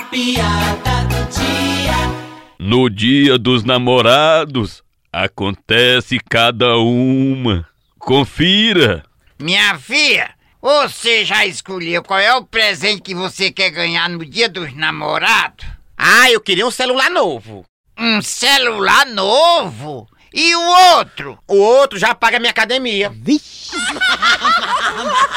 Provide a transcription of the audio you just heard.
piada do dia. No Dia dos Namorados, acontece cada uma. Confira! Minha filha, você já escolheu qual é o presente que você quer ganhar no Dia dos Namorados? Ah, eu queria um celular novo. Um celular novo? E o outro? O outro já paga minha academia. Vixe!